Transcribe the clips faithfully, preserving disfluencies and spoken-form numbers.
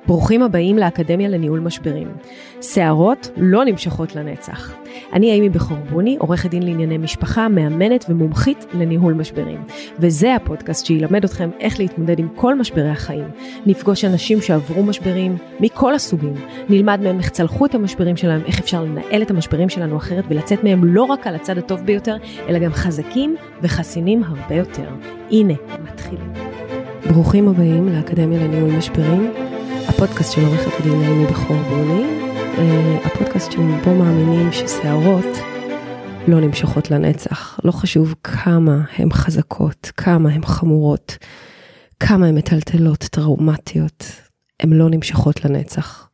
ברוכים הבאים לאקדמיה לניהול משברים. שערות לא נמשכות לנצח. אני אימי בחורבוני, עורכת דין לענייני משפחה, מאמנת ומומחית לניהול משברים. וזה הפודקאסט שילמד אתכם איך להתמודד עם כל משברי החיים. נפגוש אנשים שעברו משברים מכל הסוגים. נלמד מהם איך צלחו את המשברים שלהם, איך אפשר לנהל את המשברים שלנו אחרת ולצאת מהם לא רק על הצד הטוב ביותר, אלא גם חזקים וחסינים הרבה יותר. הנה, מתחילים. ברוכים הבאים לאקדמיה לניהול משברים. הפודקאסט של עורכת הדין אימי בחורבוני, הפודקאסט שבו מאמינים ששערות לא נמשכות לנצח. לא חשוב כמה הן חזקות, כמה הן חמורות, כמה הן מטלטלות, טראומטיות, הן לא נמשכות לנצח.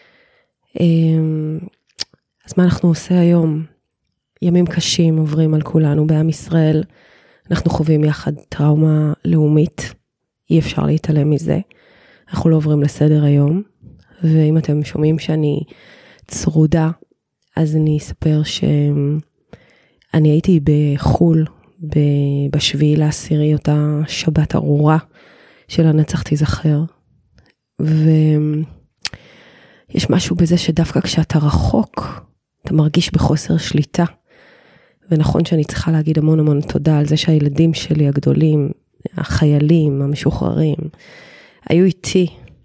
אז מה אנחנו עושה היום? ימים קשים עוברים על כולנו בעם ישראל, אנחנו חווים יחד טראומה לאומית, אי אפשר להתעלם מזה. אנחנו לא עוברים לסדר היום, ואם אתם שומעים שאני צרודה, אז אני אספר שאני הייתי בחול, בשביעי לעשירי, אותה שבת ארורה של הנצח תיזכר, ויש משהו בזה שדווקא כשאתה רחוק, אתה מרגיש בחוסר שליטה, ונכון שאני צריכה להגיד המון המון תודה על זה שהילדים שלי הגדולים, החיילים, המשוחררים, היו איתי,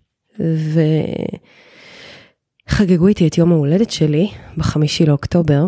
וחגגו איתי את יום ההולדת שלי, בחמישי לאוקטובר,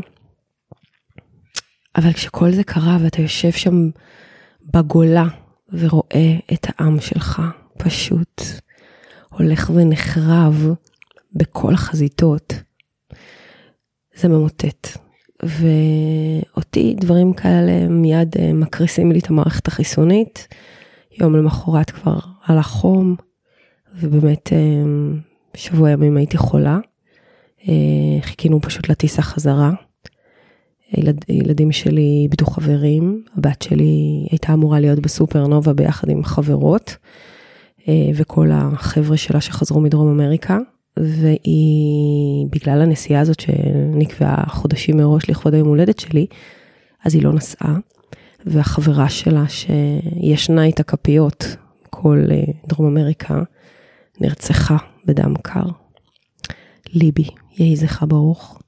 אבל כשכל זה קרה, ואתה יושב שם בגולה, ורואה את העם שלך, פשוט הולך ונחרב, בכל החזיתות, זה ממוטט. ואותי דברים כאלה מיד מקריסים לי את המערכת החיסונית, יום למחרת כבר על החום, ובאמת שבוע ימים הייתי חולה, חיכינו פשוט לטיסה חזרה, הילד, ילדים שלי איבדו חברים, הבת שלי הייתה אמורה להיות בסופרנובה ביחד עם חברות, וכל החבר'ה שלה שחזרו מדרום אמריקה, והיא, בגלל הנסיעה הזאת שנקבעה חודשים מראש לכבוד היום הולדת שלי, אז היא לא נסעה, והחברה שלה שישנה איתה כפיות, כל דרום אמריקה, נרצחה בדם קר. ליבי, יהי זכרה ברוך.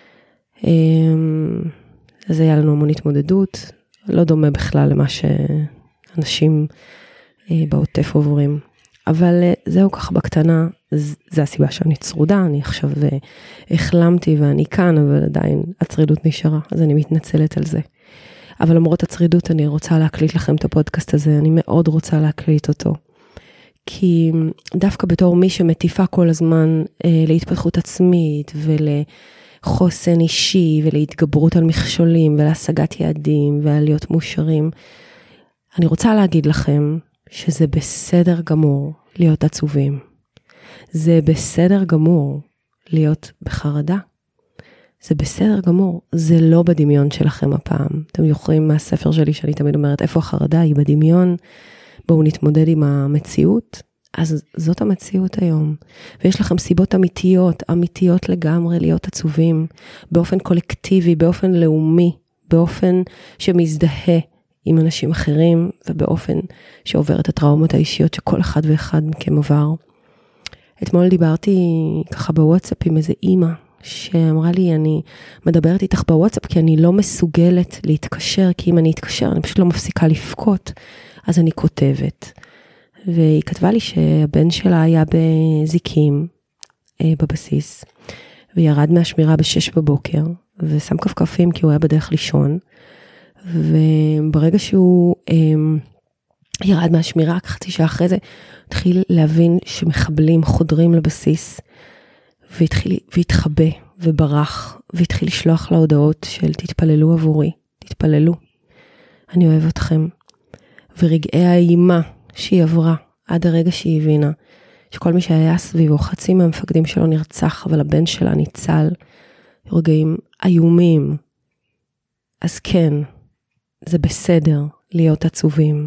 אז היה לנו המון התמודדות, לא דומה בכלל למה שאנשים בעוטף עוברים. אבל זהו ככה בקטנה, זה הסיבה שאני צרודה, אני עכשיו החלמתי ואני כאן, אבל עדיין הצרידות נשארה, אז אני מתנצלת על זה. אבל למרות הצרידות אני רוצה להקליט לכם את הפודקאסט הזה, אני מאוד רוצה להקליט אותו. כי דווקא בתור מי שמטיפה כל הזמן אה, להתפתחות עצמית ולחוסן אישי ולהתגברות על מכשולים ולהשגת יעדים ועל להיות מאושרים, אני רוצה להגיד לכם שזה בסדר גמור להיות עצובים. זה בסדר גמור להיות בחרדה. זה בסדר גמור, זה לא בדמיון שלכם הפעם. אתם זוכרים מהספר שלי שאני תמיד אומרת, איפה החרדה? היא בדמיון, בואו נתמודד עם המציאות. אז זאת המציאות היום. ויש לכם סיבות אמיתיות, אמיתיות לגמרי להיות עצובים, באופן קולקטיבי, באופן לאומי, באופן שמזדהה עם אנשים אחרים, ובאופן שעובר את הטראומות האישיות שכל אחד ואחד מכם עבר. אתמול דיברתי ככה בוואטסאפ עם איזה אימא, שאמרה לי, אני מדברת איתך בוואטסאפ, כי אני לא מסוגלת להתקשר, כי אם אני אתקשר, אני פשוט לא מפסיקה לפקות, אז אני כותבת. והיא כתבה לי שהבן שלה היה בזיקים, אה, בבסיס, וירד מהשמירה בשש בבוקר, ושם כפכפים כי הוא היה בדרך לישון, וברגע שהוא אה, ירד מהשמירה, חצי שעה אחרי זה, התחיל להבין שמחבלים חודרים לבסיס, והתחיל, והתחבא וברח, והתחיל לשלוח לה הודעות של תתפללו עבורי, תתפללו, אני אוהב אתכם. ורגעי האימה שהיא עברה, עד הרגע שהיא הבינה, שכל מי שהיה סביבו, חצי מהמפקדים שלו נרצח, אבל הבן שלה ניצל, רגעים איומים. אז כן, זה בסדר להיות עצובים.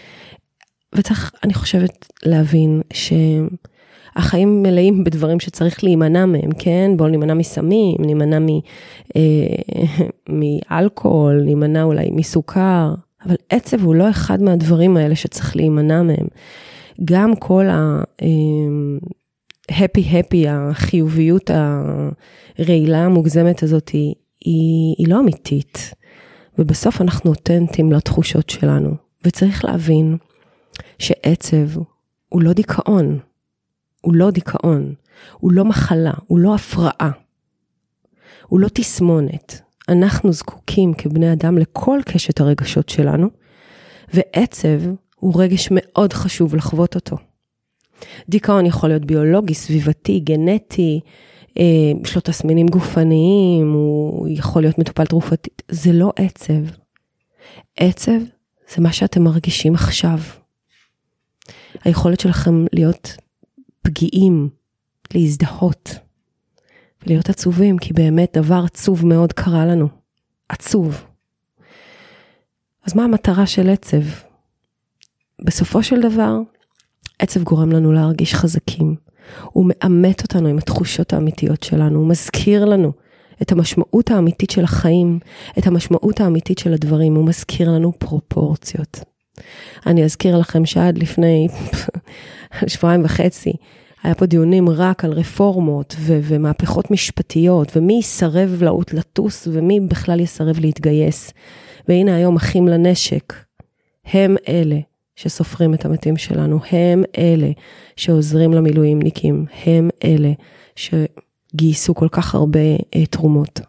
וצריך, אני חושבת, להבין ש... החיים מלאים בדברים שצריך להימנע מהם, כן? בואו להימנע מסמים, להימנע מ, אה, מאלכוהול, להימנע אולי מסוכר, אבל עצב הוא לא אחד מהדברים האלה שצריך להימנע מהם. גם כל הפי הפי, החיוביות הרעילה המוגזמת הזאת, היא, היא, היא לא אמיתית. ובסוף אנחנו אותנטיים לתחושות שלנו. וצריך להבין שעצב הוא לא דיכאון. הוא לא דיכאון. הוא לא מחלה. הוא לא הפרעה. הוא לא תסמונת. אנחנו זקוקים כבני אדם לכל קשת הרגשות שלנו, ועצב הוא רגש מאוד חשוב לחוות אותו. דיכאון יכול להיות ביולוגי, סביבתי, גנטי, יש לו תסמינים גופניים, הוא יכול להיות מטופל תרופתית. זה לא עצב. עצב זה מה שאתם מרגישים עכשיו. היכולת שלכם להיות פגיעים, להזדהות, ולהיות עצובים, כי באמת דבר עצוב מאוד קרה לנו. עצוב. אז מה המטרה של עצב? בסופו של דבר, עצב גורם לנו להרגיש חזקים. הוא מאמת אותנו עם התחושות האמיתיות שלנו. הוא מזכיר לנו את המשמעות האמיתית של החיים, את המשמעות האמיתית של הדברים. הוא מזכיר לנו פרופורציות. אני אזכיר לכם שעד לפני שבועיים וחצי, היה פה דיונים רק על רפורמות ו- ומהפכות משפטיות, ומי יסרב לאות לטוס, ומי בכלל יסרב להתגייס. והנה היום אחים לנשק, הם אלה שסופרים את המתים שלנו, הם אלה שעוזרים למילואימניקים, הם אלה שגייסו כל כך הרבה אה, תרומות.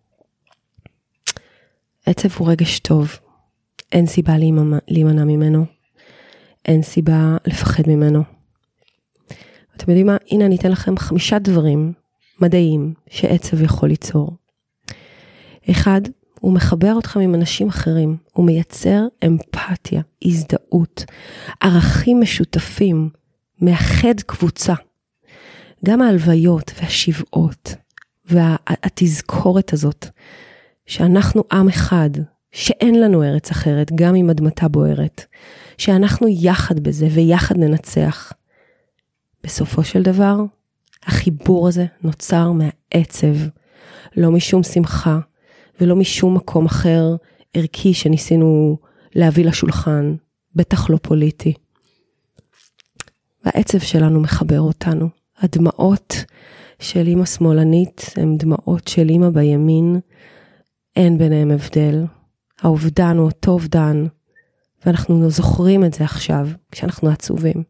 עצב הוא רגש טוב, אין סיבה להימנע, להימנע ממנו, אין סיבה לפחד ממנו. אתם יודעים מה? הנה אני אתן לכם חמישה דברים מדעיים שעצב יכול ליצור. אחד, הוא מחבר אתכם עם אנשים אחרים, הוא מייצר אמפתיה, הזדהות, ערכים משותפים, מאחד קבוצה. גם ההלוויות והשבעות והתזכורת הזאת, שאנחנו עם אחד, שאין לנו ארץ אחרת, גם אם אדמתה בוערת, שאנחנו יחד בזה ויחד ננצח. בסופו של דבר, החיבור הזה נוצר מהעצב, לא משום שמחה, ולא משום מקום אחר ערכי שניסינו להביא לשולחן, בטח לא פוליטי. והעצב שלנו מחבר אותנו. הדמעות של אמא שמאלנית הן דמעות של אמא בימין, אין ביניהם הבדל. האובדן הוא אותו אובדן, ואנחנו זוכרים את זה עכשיו, כשאנחנו עצובים.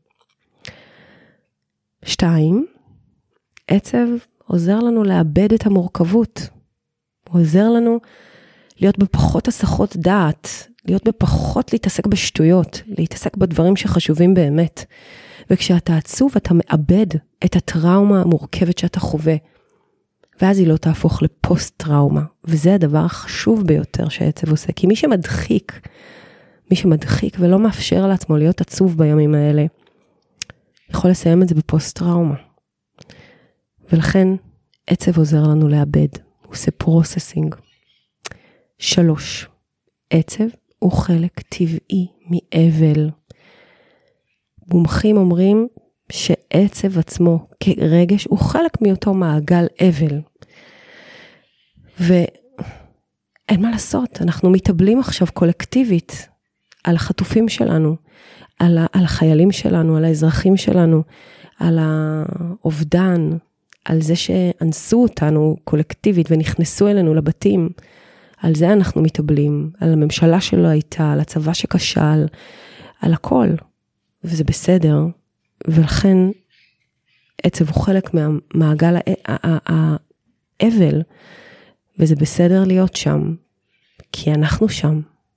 שתיים, עצב עוזר לנו לאבד את המורכבות. הוא עוזר לנו להיות בפחות הסחות דעת, להיות בפחות להתעסק בשטויות, להתעסק בדברים שחשובים באמת. וכשאתה עצוב, אתה מאבד את הטראומה המורכבת שאתה חווה. ואז היא לא תהפוך לפוסט טראומה. וזה הדבר החשוב ביותר שהעצב עושה. כי מי שמדחיק, מי שמדחיק ולא מאפשר לעצמו להיות עצוב בימים האלה, יכול לסיים את זה בפוסט טראומה. ולכן עצב עוזר לנו לאבד. הוא עושה פרוססינג. שלוש, עצב הוא חלק טבעי מאבל. מומחים אומרים שעצב עצמו כרגש הוא חלק מאותו מעגל אבל. ואין מה לעשות, אנחנו מתאבלים עכשיו קולקטיבית על החטופים שלנו, על, ה- על החיילים שלנו, על האזרחים שלנו, על האובדן, על זה שאנסו אותנו קולקטיבית ונכנסו אלינו לבתים. על זה אנחנו מתאבלים, על הממשלה שלא הייתה, על הצבא שכשל, על הכל. וזה בסדר, ולכן עצב הוא חלק מהמעגל האבל, וזה בסדר להיות שם, כי אנחנו שם.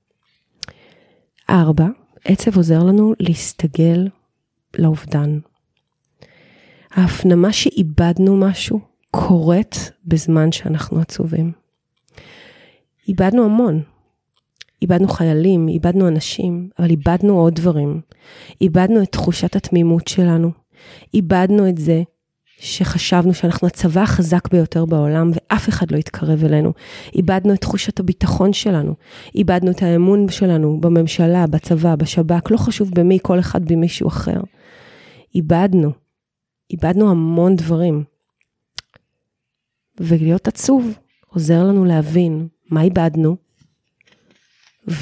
ארבע, עצב עוזר לנו להסתגל לאובדן. ההפנמה שאיבדנו משהו קורית בזמן שאנחנו עצובים. איבדנו המון. איבדנו חיילים, איבדנו אנשים, אבל איבדנו עוד דברים. איבדנו את תחושת התמימות שלנו. איבדנו את זה שחשבנו שאנחנו הצבא החזק ביותר בעולם, ואף אחד לא יתקרב אלינו. איבדנו את תחושת הביטחון שלנו. איבדנו את האמון שלנו בממשלה, בצבא, בשב"כ, לא חשוב במי, כל אחד במישהו אחר. איבדנו. איבדנו המון דברים. ולהיות עצוב עוזר לנו להבין מה איבדנו,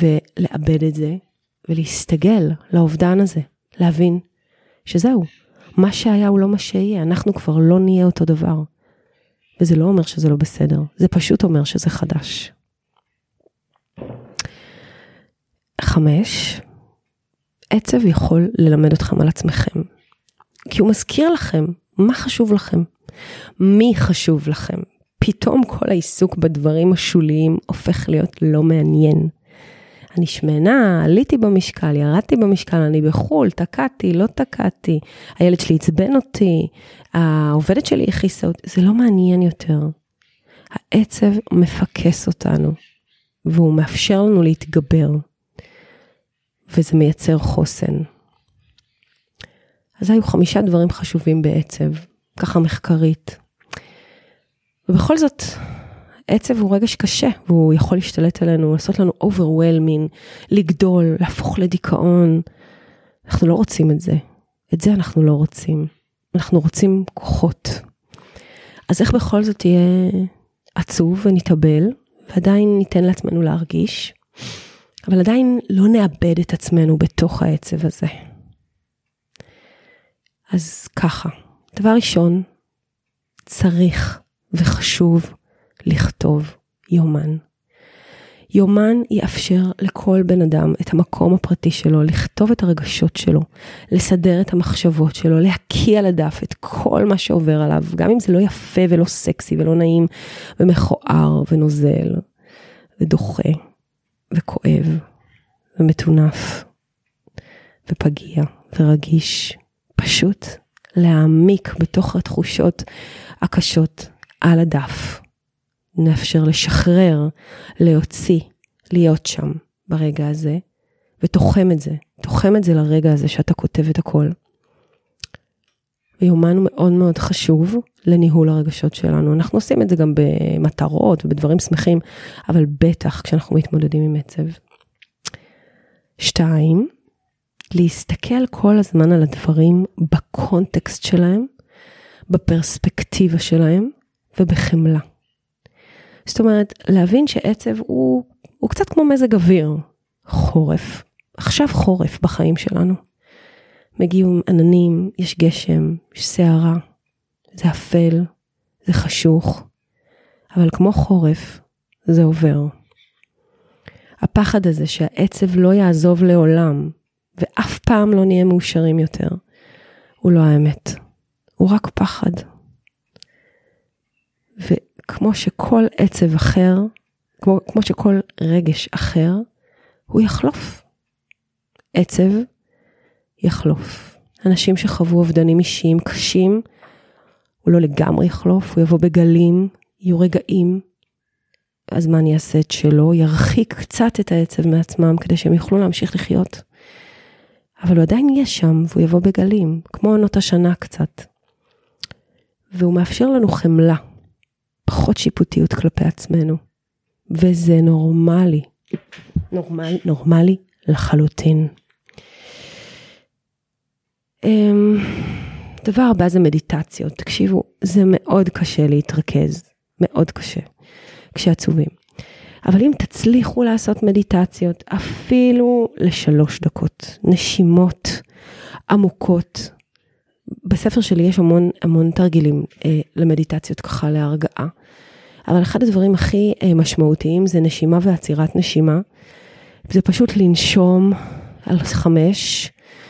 ולאבד את זה, ולהסתגל לאובדן הזה, להבין שזהו, מה שהיה הוא לא מה שיהיה, אנחנו כבר לא נהיה אותו דבר. וזה לא אומר שזה לא בסדר, זה פשוט אומר שזה חדש. חמש, עצב יכול ללמד אתכם על עצמכם. כי הוא מזכיר לכם מה חשוב לכם, מי חשוב לכם. פתאום כל העיסוק בדברים השוליים הופך להיות לא מעניין. אני שמנה, עליתי במשקל, ירדתי במשקל, אני בחול, תקעתי, לא תקעתי, הילד שלי עצבן אותי, העובדת שלי הכיסה אותי, זה לא מעניין יותר. העצב מפקס אותנו, והוא מאפשר לנו להתגבר, וזה מייצר חוסן. אז היו חמישה דברים חשובים בעצב, ככה מחקרית. ובכל זאת, עצב הוא רגש קשה, והוא יכול להשתלט עלינו, לעשות לנו overwhelming, לגדול, להפוך לדיכאון. אנחנו לא רוצים את זה. את זה אנחנו לא רוצים. אנחנו רוצים כוחות. אז איך בכל זאת יהיה עצוב ונתאבל, ועדיין ניתן לעצמנו להרגיש, אבל עדיין לא נאבד את עצמנו בתוך העצב הזה. אז ככה, דבר ראשון, צריך וחשוב לכתוב יומן. יומן יאפשר לכל בן אדם את המקום הפרטי שלו, לכתוב את הרגשות שלו, לסדר את המחשבות שלו, להקיע לדף את כל מה שעובר עליו, גם אם זה לא יפה ולא סקסי ולא נעים ומכוער ונוזל ודוחה וכואב ומתונף ופגיע ורגיש. פשוט להעמיק בתוך התחושות הקשות על הדף. נאפשר לשחרר, להוציא, להיות שם ברגע הזה, ותוחם את זה, תוחם את זה לרגע הזה שאתה כותב את הכל. ויומן הוא מאוד מאוד חשוב לניהול הרגשות שלנו. אנחנו עושים את זה גם במטרות ובדברים שמחים, אבל בטח כשאנחנו מתמודדים עם עצב. שתיים, להסתכל כל הזמן על הדברים בקונטקסט שלהם, בפרספקטיבה שלהם ובחמלה. זאת אומרת, להבין שעצב הוא, הוא קצת כמו מזג אוויר, חורף. עכשיו חורף בחיים שלנו. מגיעים עננים, יש גשם, יש שערה, זה אפל, זה חשוך, אבל כמו חורף, זה עובר. הפחד הזה שהעצב לא יעזוב לעולם, ואף פעם לא נהיה מאושרים יותר, הוא לא האמת. הוא רק פחד. וכמו שכל עצב אחר, כמו, כמו שכל רגש אחר, הוא יחלוף. עצב יחלוף. אנשים שחוו אובדנים אישיים קשים, הוא לא לגמרי יחלוף, הוא יבוא בגלים, יהיו רגעים, הזמן יעשה את שלו, ירחיק קצת את העצב מעצמם, כדי שהם יוכלו להמשיך לחיות. אבל הוא עדיין יהיה שם, והוא יבוא בגלים, כמו עונות השנה קצת. והוא מאפשר לנו חמלה, פחות שיפוטיות כלפי עצמנו. וזה נורמלי, נורמל, נורמלי לחלוטין. דבר הבא זה מדיטציות. תקשיבו, זה מאוד קשה להתרכז, מאוד קשה, כשעצובים. אבל אם תצליחו לעשות מדיטציות, אפילו לשלוש דקות, נשימות עמוקות, בספר שלי יש המון, המון תרגילים אה, למדיטציות ככה להרגעה, אבל אחד הדברים הכי אה, משמעותיים זה נשימה ועצירת נשימה, זה פשוט לנשום על חמש,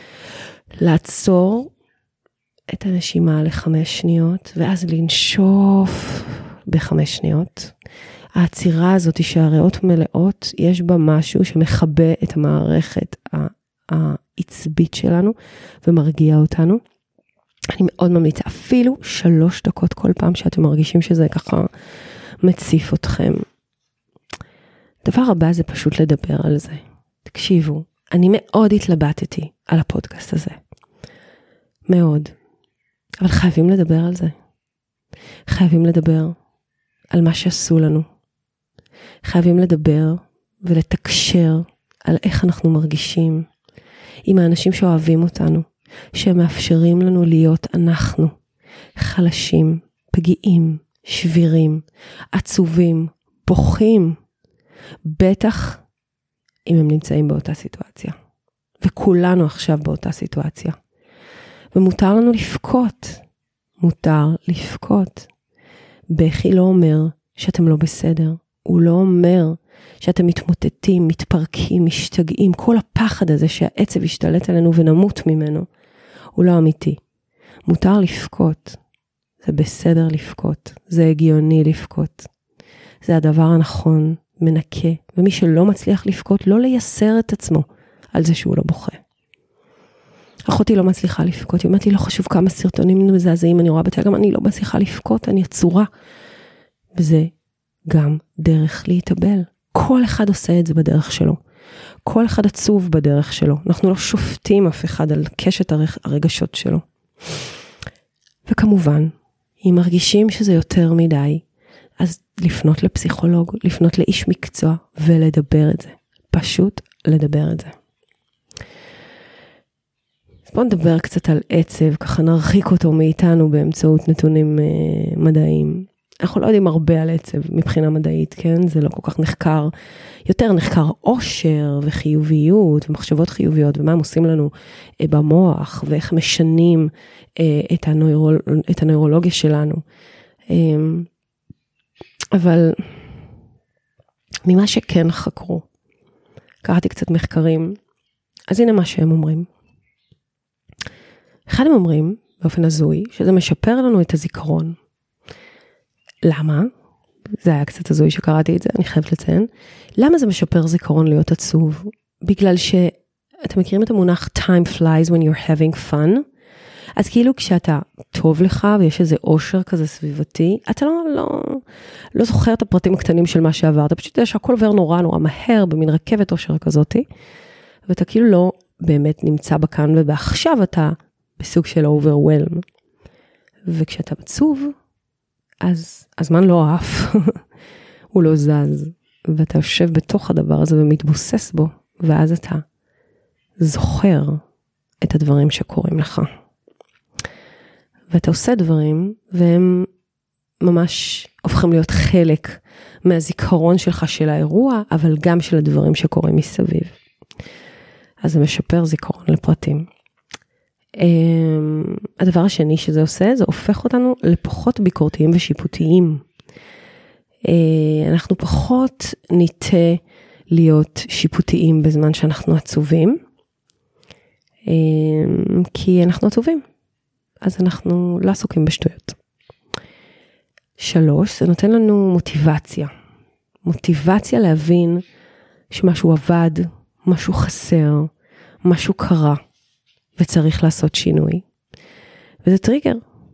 לעצור את הנשימה לחמש שניות, ואז לנשוף בחמש שניות. העצירה הזאת שהריאות מלאות, יש בה משהו שמחבא את המערכת העצבית שלנו, ומרגיע אותנו. אני מאוד ממליצה, אפילו שלוש דקות כל פעם שאתם מרגישים שזה ככה מציף אתכם. דבר הבא זה פשוט לדבר על זה. תקשיבו, אני מאוד התלבטתי על הפודקאסט הזה. מאוד. אבל חייבים לדבר על זה. חייבים לדבר על מה שעשו לנו. חייבים לדבר ולתקשר על איך אנחנו מרגישים עם האנשים שאוהבים אותנו, שהם מאפשרים לנו להיות אנחנו, חלשים, פגיעים, שבירים, עצובים, בוכים, בטח אם הם נמצאים באותה סיטואציה. וכולנו עכשיו באותה סיטואציה. ומותר לנו לפקות, מותר לפקות. בכי לא אומר שאתם לא בסדר, הוא לא אומר שאתם מתמוטטים, מתפרקים, משתגעים, כל הפחד הזה שהעצב ישתלט עלינו ונמות ממנו, הוא לא אמיתי. מותר לפקות, זה בסדר לפקות, זה הגיוני לפקות, זה הדבר הנכון, מנקה, ומי שלא מצליח לפקות, לא לייסר את עצמו על זה שהוא לא בוכה. אחותי לא מצליחה לפקות, היא אומרת לי, לא חשוב כמה סרטונים מזעזעים, אני רואה בטלגרם, אני לא מצליחה לפקות, אני עצורה. וזה גם דרך להתאבל. כל אחד עושה את זה בדרך שלו. כל אחד עצוב בדרך שלו. אנחנו לא שופטים אף אחד על קשת הרגשות שלו. וכמובן, אם מרגישים שזה יותר מדי, אז לפנות לפסיכולוג, לפנות לאיש מקצוע ולדבר את זה. פשוט לדבר את זה. אז בואו נדבר קצת על עצב, ככה נרחיק אותו מאיתנו באמצעות נתונים uh, מדעיים. אנחנו לא יודעים הרבה על עצב מבחינה מדעית, כן? זה לא כל כך נחקר. יותר נחקר עושר וחיוביות ומחשבות חיוביות, ומה הם עושים לנו uh, במוח, ואיך משנים uh, את, הנוירול, את הנוירולוגיה שלנו. Um, אבל ממה שכן חקרו, קראתי קצת מחקרים, אז הנה מה שהם אומרים. אחד הם אומרים, באופן הזוי, שזה משפר לנו את הזיכרון. למה? זה היה קצת הזוי שקראתי את זה, אני חייבת לציין. למה זה משפר זיכרון להיות עצוב? בגלל שאתם מכירים את המונח time flies when you're having fun? אז כאילו כשאתה טוב לך ויש איזה אושר כזה סביבתי, אתה לא, לא, לא זוכר את הפרטים הקטנים של מה שעברת, פשוט יודע שהכל עובר נורא נורא מהר במין רכבת אושר כזאתי, ואתה כאילו לא באמת נמצא בכאן ובעכשיו אתה בסוג של overwhelm. וכשאתה עצוב, אז הזמן לא עף, הוא לא זז, ואתה יושב בתוך הדבר הזה ומתבוסס בו, ואז אתה זוכר את הדברים שקורים לך. ואתה עושה דברים, והם ממש הופכים להיות חלק מהזיכרון שלך של האירוע, אבל גם של הדברים שקורים מסביב. אז זה משפר זיכרון לפרטים. הדבר השני שזה עושה, זה הופך אותנו לפחות ביקורתיים ושיפוטיים. אנחנו פחות ניטה להיות שיפוטיים בזמן שאנחנו עצובים, כי אנחנו עצובים. אז אנחנו לא עסוקים בשטויות. שלוש, זה נותן לנו מוטיבציה. מוטיבציה להבין שמשהו עבד, משהו חסר, משהו קרה, וצריך לעשות שינוי. וזה טריגר.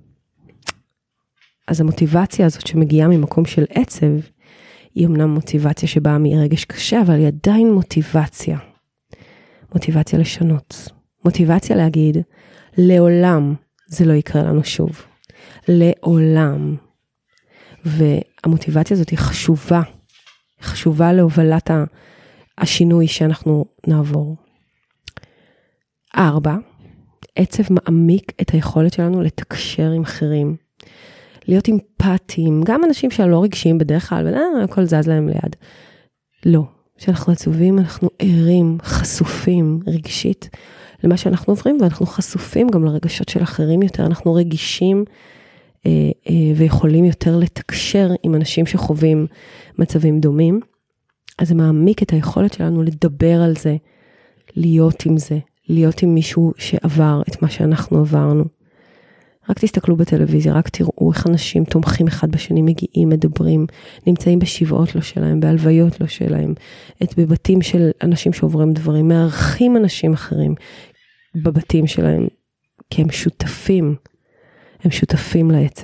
אז המוטיבציה הזאת שמגיעה ממקום של עצב, היא אמנם מוטיבציה שבאה מרגש קשה, אבל היא עדיין מוטיבציה. מוטיבציה לשנות. מוטיבציה להגיד, לעולם זה לא יקרה לנו שוב. לעולם. והמוטיבציה הזאת היא חשובה. היא חשובה להובלת השינוי שאנחנו נעבור. ארבע, עצב מעמיק את היכולת שלנו לתקשר עם אחרים. להיות אמפתיים, גם אנשים שלא רגשיים בדרך כלל, ולא, הכל זז להם ליד. לא. כשאנחנו עצובים, אנחנו ערים, חשופים, רגשית, למה שאנחנו עוברים, ואנחנו חשופים גם לרגשות של אחרים יותר, אנחנו רגישים, אה, אה, ויכולים יותר לתקשר עם אנשים שחווים מצבים דומים, אז זה מעמיק את היכולת שלנו לדבר על זה, להיות עם זה, להיות עם מישהו שעבר את מה שאנחנו עברנו. רק תסתכלו בטלוויזיה, רק תראו איך אנשים תומכים אחד בשני, מגיעים, מדברים, נמצאים בשבעות לא שלהם, בהלוויות לא שלהם, את בבתים של אנשים שעוברים דברים, מארחים אנשים אחרים בבתים שלהם, כי הם שותפים, הם שותפים לעצב.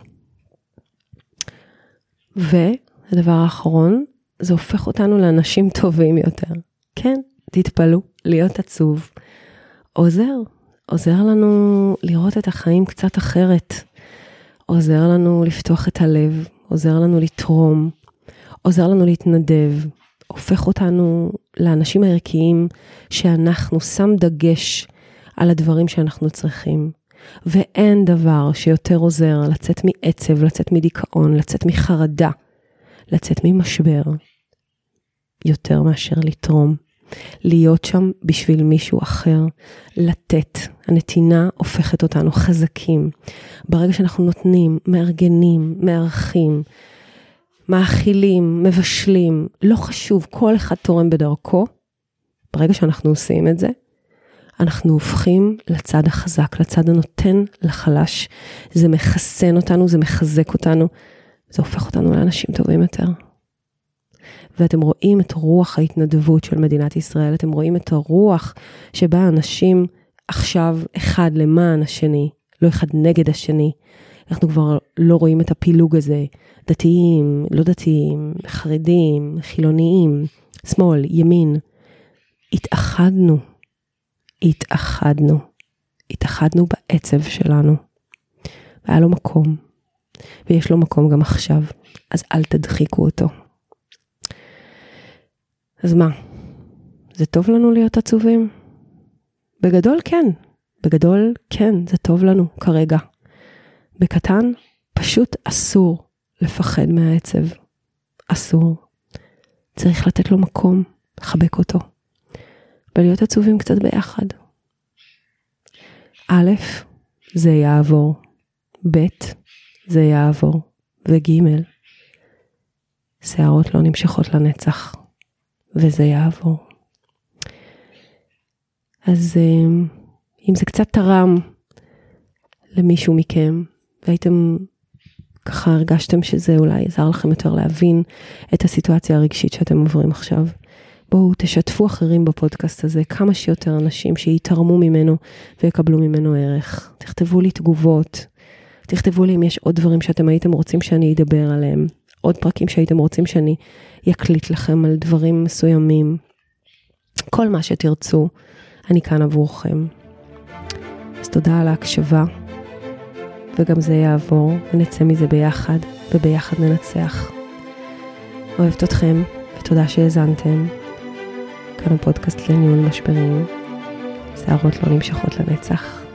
והדבר האחרון, זה הופך אותנו לאנשים טובים יותר. כן, תתפלו, להיות עצוב, עוזר. עוזר לנו לראות את החיים קצת אחרת, עוזר לנו לפתוח את הלב, עוזר לנו לתרום, עוזר לנו להתנדב, הופך אותנו לאנשים הערכיים שאנחנו שם דגש על הדברים שאנחנו צריכים. ואין דבר שיותר עוזר לצאת מעצב, לצאת מדיכאון, לצאת מחרדה, לצאת ממשבר, יותר מאשר לתרום, להיות שם בשביל מישהו אחר, לתת. הנתינה הופכת אותנו חזקים. ברגע שאנחנו נותנים, מארגנים, מארחים, מאכילים, מבשלים, לא חשוב, כל אחד תורם בדרכו. ברגע שאנחנו עושים את זה, אנחנו הופכים לצד החזק, לצד הנותן לחלש. זה מחסן אותנו, זה מחזק אותנו, זה הופך אותנו לאנשים טובים יותר. ואתם רואים את רוח ההתנדבות של מדינת ישראל, אתם רואים את הרוח שבה אנשים עכשיו אחד למען השני, לא אחד נגד השני. אנחנו כבר לא רואים את הפילוג הזה, דתיים, לא דתיים, חרדים, חילוניים, שמאל, ימין. התאחדנו, התאחדנו, התאחדנו בעצב שלנו. והיה לו מקום, ויש לו מקום גם עכשיו, אז אל תדחיקו אותו. אז מה? זה טוב לנו להיות עצובים? בגדול כן, בגדול כן, זה טוב לנו כרגע. בקטן פשוט אסור לפחד מהעצב. אסור. צריך לתת לו מקום, לחבק אותו. ולהיות עצובים קצת ביחד. א', זה יעבור. ב', זה יעבור. וג', שערות לא נמשכות לנצח. וזה יעבור. אז אם זה קצת תרם למישהו מכם, והייתם ככה הרגשתם שזה אולי יעזר לכם יותר להבין את הסיטואציה הרגשית שאתם עוברים עכשיו, בואו תשתפו אחרים בפודקאסט הזה, כמה שיותר אנשים שיתרמו ממנו ויקבלו ממנו ערך. תכתבו לי תגובות, תכתבו לי אם יש עוד דברים שאתם הייתם רוצים שאני אדבר עליהם, עוד פרקים שהייתם רוצים שאני יקליט לכם על דברים מסוימים. כל מה שתרצו, אני כאן עבורכם. אז תודה על ההקשבה, וגם זה יעבור, ונצא מזה ביחד, וביחד ננצח. אוהבת אתכם, ותודה שהאזנתם. כאן הפודקאסט לניהול משברים. שערות לא נמשכות לנצח.